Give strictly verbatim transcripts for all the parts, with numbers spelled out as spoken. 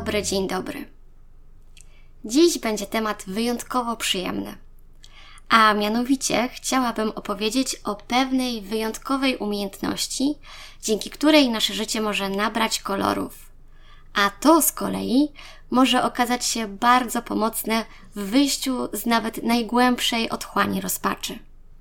dobry, dzień dobry. Dziś będzie temat wyjątkowo przyjemny, a mianowicie chciałabym opowiedzieć o pewnej wyjątkowej umiejętności, dzięki której nasze życie może nabrać kolorów, a to z kolei może okazać się bardzo pomocne w wyjściu z nawet najgłębszej otchłani rozpaczy.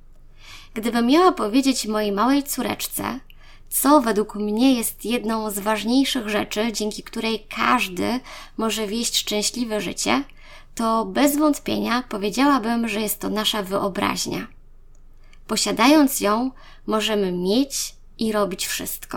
Gdybym miała powiedzieć mojej małej córeczce, co według mnie jest jedną z ważniejszych rzeczy, dzięki której każdy może wieść szczęśliwe życie, to bez wątpienia powiedziałabym, że jest to nasza wyobraźnia. Posiadając ją, możemy mieć i robić wszystko.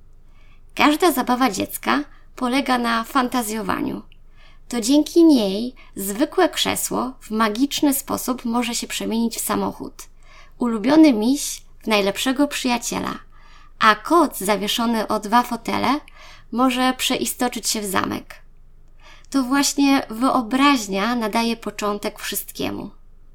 Każda zabawa dziecka polega na fantazjowaniu. To dzięki niej zwykłe krzesło w magiczny sposób może się przemienić w samochód, ulubiony miś w najlepszego przyjaciela, a kot zawieszony o dwa fotele może przeistoczyć się w zamek. To właśnie wyobraźnia nadaje początek wszystkiemu.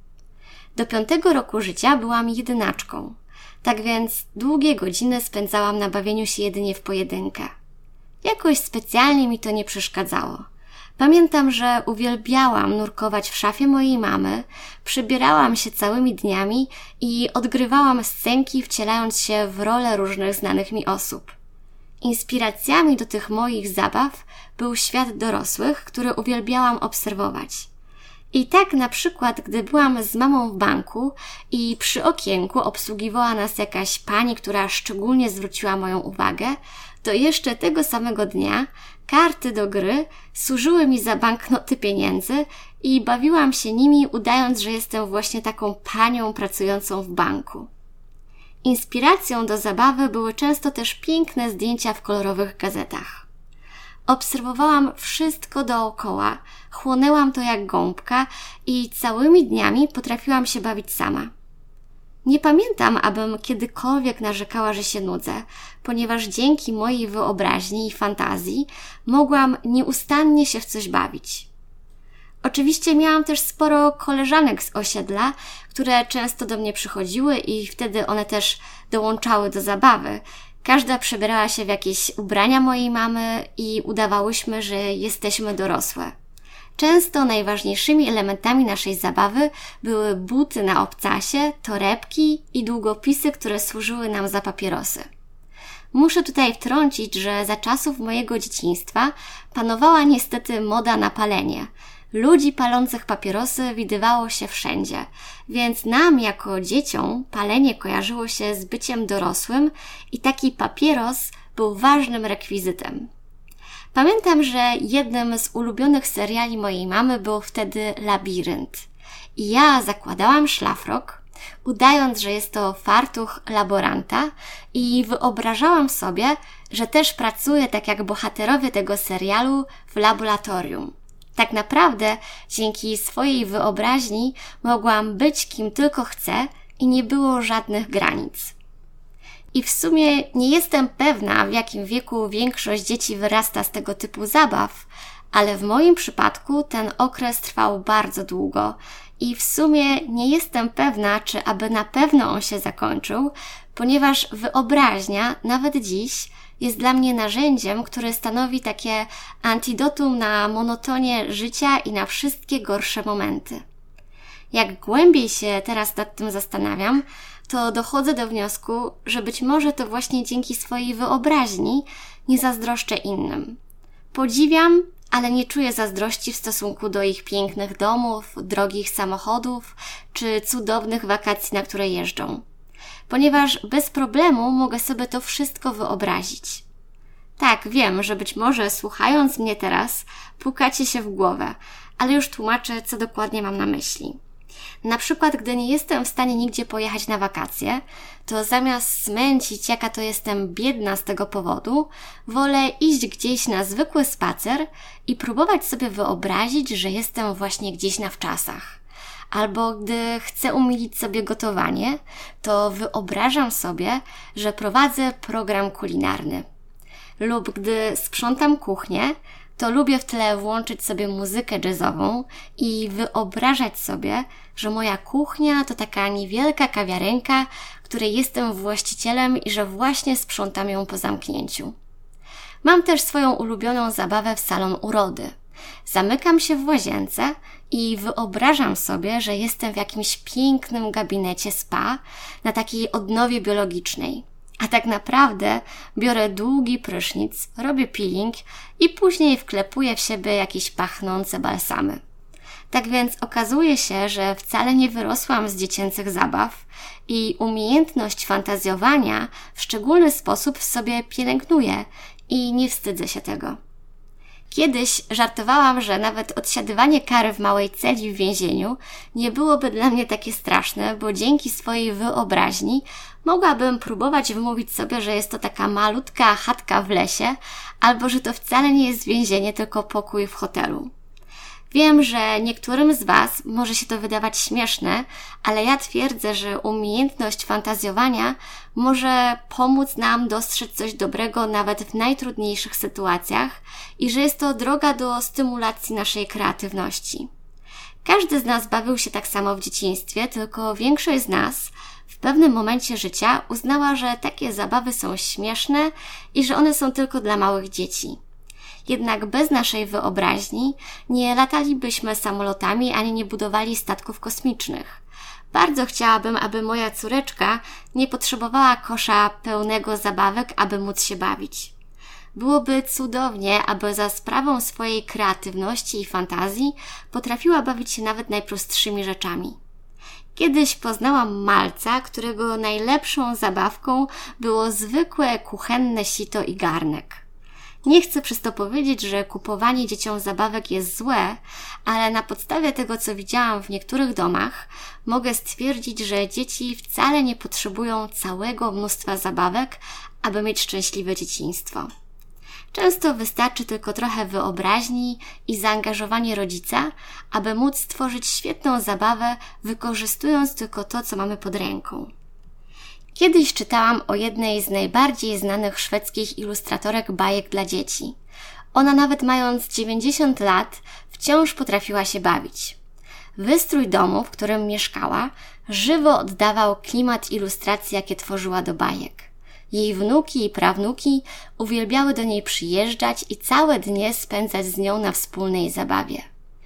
Do piątego roku życia byłam jedynaczką, tak więc długie godziny spędzałam na bawieniu się jedynie w pojedynkę. Jakoś specjalnie mi to nie przeszkadzało. Pamiętam, że uwielbiałam nurkować w szafie mojej mamy, przybierałam się całymi dniami i odgrywałam scenki, wcielając się w role różnych znanych mi osób. Inspiracjami do tych moich zabaw był świat dorosłych, który uwielbiałam obserwować. I tak na przykład, gdy byłam z mamą w banku i przy okienku obsługiwała nas jakaś pani, która szczególnie zwróciła moją uwagę, to jeszcze tego samego dnia karty do gry służyły mi za banknoty pieniędzy i bawiłam się nimi, udając, że jestem właśnie taką panią pracującą w banku. Inspiracją do zabawy były często też piękne zdjęcia w kolorowych gazetach. Obserwowałam wszystko dookoła, chłonęłam to jak gąbka i całymi dniami potrafiłam się bawić sama. Nie pamiętam, abym kiedykolwiek narzekała, że się nudzę, ponieważ dzięki mojej wyobraźni i fantazji mogłam nieustannie się w coś bawić. Oczywiście miałam też sporo koleżanek z osiedla, które często do mnie przychodziły i wtedy one też dołączały do zabawy. Każda przebierała się w jakieś ubrania mojej mamy i udawałyśmy, że jesteśmy dorosłe. Często najważniejszymi elementami naszej zabawy były buty na obcasie, torebki i długopisy, które służyły nam za papierosy. Muszę tutaj wtrącić, że za czasów mojego dzieciństwa panowała niestety moda na palenie. Ludzi palących papierosy widywało się wszędzie, więc nam jako dzieciom palenie kojarzyło się z byciem dorosłym i taki papieros był ważnym rekwizytem. Pamiętam, że jednym z ulubionych seriali mojej mamy był wtedy Labirynt. I ja zakładałam szlafrok, udając, że jest to fartuch laboranta i wyobrażałam sobie, że też pracuję tak jak bohaterowie tego serialu w laboratorium. Tak naprawdę dzięki swojej wyobraźni mogłam być kim tylko chcę i nie było żadnych granic. I w sumie nie jestem pewna, w jakim wieku większość dzieci wyrasta z tego typu zabaw, ale w moim przypadku ten okres trwał bardzo długo i w sumie nie jestem pewna, czy aby na pewno on się zakończył, ponieważ wyobraźnia, nawet dziś, jest dla mnie narzędziem, które stanowi takie antidotum na monotonię życia i na wszystkie gorsze momenty. Jak głębiej się teraz nad tym zastanawiam, to dochodzę do wniosku, że być może to właśnie dzięki swojej wyobraźni nie zazdroszczę innym. Podziwiam, ale nie czuję zazdrości w stosunku do ich pięknych domów, drogich samochodów czy cudownych wakacji, na które jeżdżą. Ponieważ bez problemu mogę sobie to wszystko wyobrazić. Tak, wiem, że być może słuchając mnie teraz pukacie się w głowę, ale już tłumaczę, co dokładnie mam na myśli. Na przykład, gdy nie jestem w stanie nigdzie pojechać na wakacje, to zamiast smęcić, jaka to jestem biedna z tego powodu, wolę iść gdzieś na zwykły spacer i próbować sobie wyobrazić, że jestem właśnie gdzieś na wczasach. Albo gdy chcę umilić sobie gotowanie, to wyobrażam sobie, że prowadzę program kulinarny. Lub gdy sprzątam kuchnię, to lubię w tle włączyć sobie muzykę jazzową i wyobrażać sobie, że moja kuchnia to taka niewielka kawiarenka, której jestem właścicielem i że właśnie sprzątam ją po zamknięciu. Mam też swoją ulubioną zabawę w salon urody. Zamykam się w łazience i wyobrażam sobie, że jestem w jakimś pięknym gabinecie spa na takiej odnowie biologicznej. A tak naprawdę biorę długi prysznic, robię peeling i później wklepuję w siebie jakieś pachnące balsamy. Tak więc okazuje się, że wcale nie wyrosłam z dziecięcych zabaw i umiejętność fantazjowania w szczególny sposób w sobie pielęgnuję i nie wstydzę się tego. Kiedyś żartowałam, że nawet odsiadywanie kary w małej celi w więzieniu nie byłoby dla mnie takie straszne, bo dzięki swojej wyobraźni mogłabym próbować wymówić sobie, że jest to taka malutka chatka w lesie, albo że to wcale nie jest więzienie, tylko pokój w hotelu. Wiem, że niektórym z Was może się to wydawać śmieszne, ale ja twierdzę, że umiejętność fantazjowania może pomóc nam dostrzec coś dobrego nawet w najtrudniejszych sytuacjach i że jest to droga do stymulacji naszej kreatywności. Każdy z nas bawił się tak samo w dzieciństwie, tylko większość z nas w pewnym momencie życia uznała, że takie zabawy są śmieszne i że one są tylko dla małych dzieci. Jednak bez naszej wyobraźni nie latalibyśmy samolotami ani nie budowali statków kosmicznych. Bardzo chciałabym, aby moja córeczka nie potrzebowała kosza pełnego zabawek, aby móc się bawić. Byłoby cudownie, aby za sprawą swojej kreatywności i fantazji potrafiła bawić się nawet najprostszymi rzeczami. Kiedyś poznałam malca, którego najlepszą zabawką było zwykłe kuchenne sito i garnek. Nie chcę przez to powiedzieć, że kupowanie dzieciom zabawek jest złe, ale na podstawie tego, co widziałam w niektórych domach, mogę stwierdzić, że dzieci wcale nie potrzebują całego mnóstwa zabawek, aby mieć szczęśliwe dzieciństwo. Często wystarczy tylko trochę wyobraźni i zaangażowanie rodzica, aby móc stworzyć świetną zabawę, wykorzystując tylko to, co mamy pod ręką. Kiedyś czytałam o jednej z najbardziej znanych szwedzkich ilustratorek bajek dla dzieci. Ona nawet mając dziewięćdziesiąt lat wciąż potrafiła się bawić. Wystrój domu, w którym mieszkała, żywo oddawał klimat ilustracji, jakie tworzyła do bajek. Jej wnuki i prawnuki uwielbiały do niej przyjeżdżać i całe dnie spędzać z nią na wspólnej zabawie.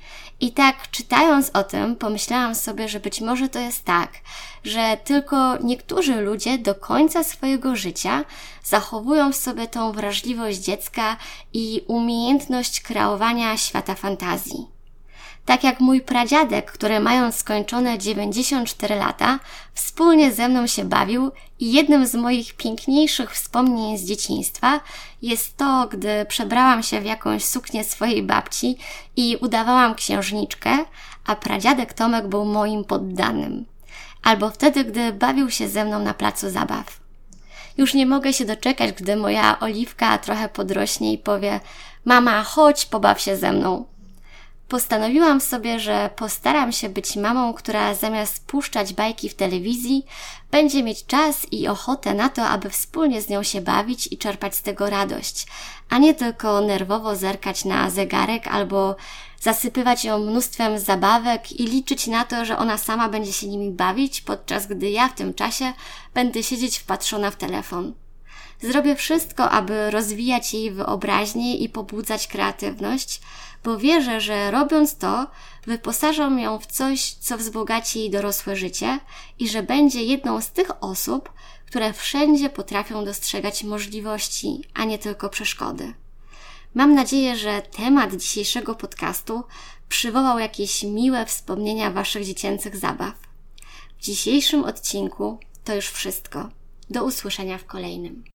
I tak czytając o tym, pomyślałam sobie, że być może to jest tak, że tylko niektórzy ludzie do końca swojego życia zachowują w sobie tą wrażliwość dziecka i umiejętność kreowania świata fantazji. Tak jak mój pradziadek, który mając skończone dziewięćdziesiąt cztery lata, wspólnie ze mną się bawił i jednym z moich piękniejszych wspomnień z dzieciństwa jest to, gdy przebrałam się w jakąś suknię swojej babci i udawałam księżniczkę, a pradziadek Tomek był moim poddanym. Albo wtedy, gdy bawił się ze mną na placu zabaw. Już nie mogę się doczekać, gdy moja Oliwka trochę podrośnie i powie: mama, chodź, pobaw się ze mną. Postanowiłam sobie, że postaram się być mamą, która zamiast puszczać bajki w telewizji, będzie mieć czas i ochotę na to, aby wspólnie z nią się bawić i czerpać z tego radość, a nie tylko nerwowo zerkać na zegarek albo zasypywać ją mnóstwem zabawek i liczyć na to, że ona sama będzie się nimi bawić, podczas gdy ja w tym czasie będę siedzieć wpatrzona w telefon. Zrobię wszystko, aby rozwijać jej wyobraźnię i pobudzać kreatywność, bo wierzę, że robiąc to, wyposażam ją w coś, co wzbogaci jej dorosłe życie i że będzie jedną z tych osób, które wszędzie potrafią dostrzegać możliwości, a nie tylko przeszkody. Mam nadzieję, że temat dzisiejszego podcastu przywołał jakieś miłe wspomnienia Waszych dziecięcych zabaw. W dzisiejszym odcinku to już wszystko. Do usłyszenia w kolejnym.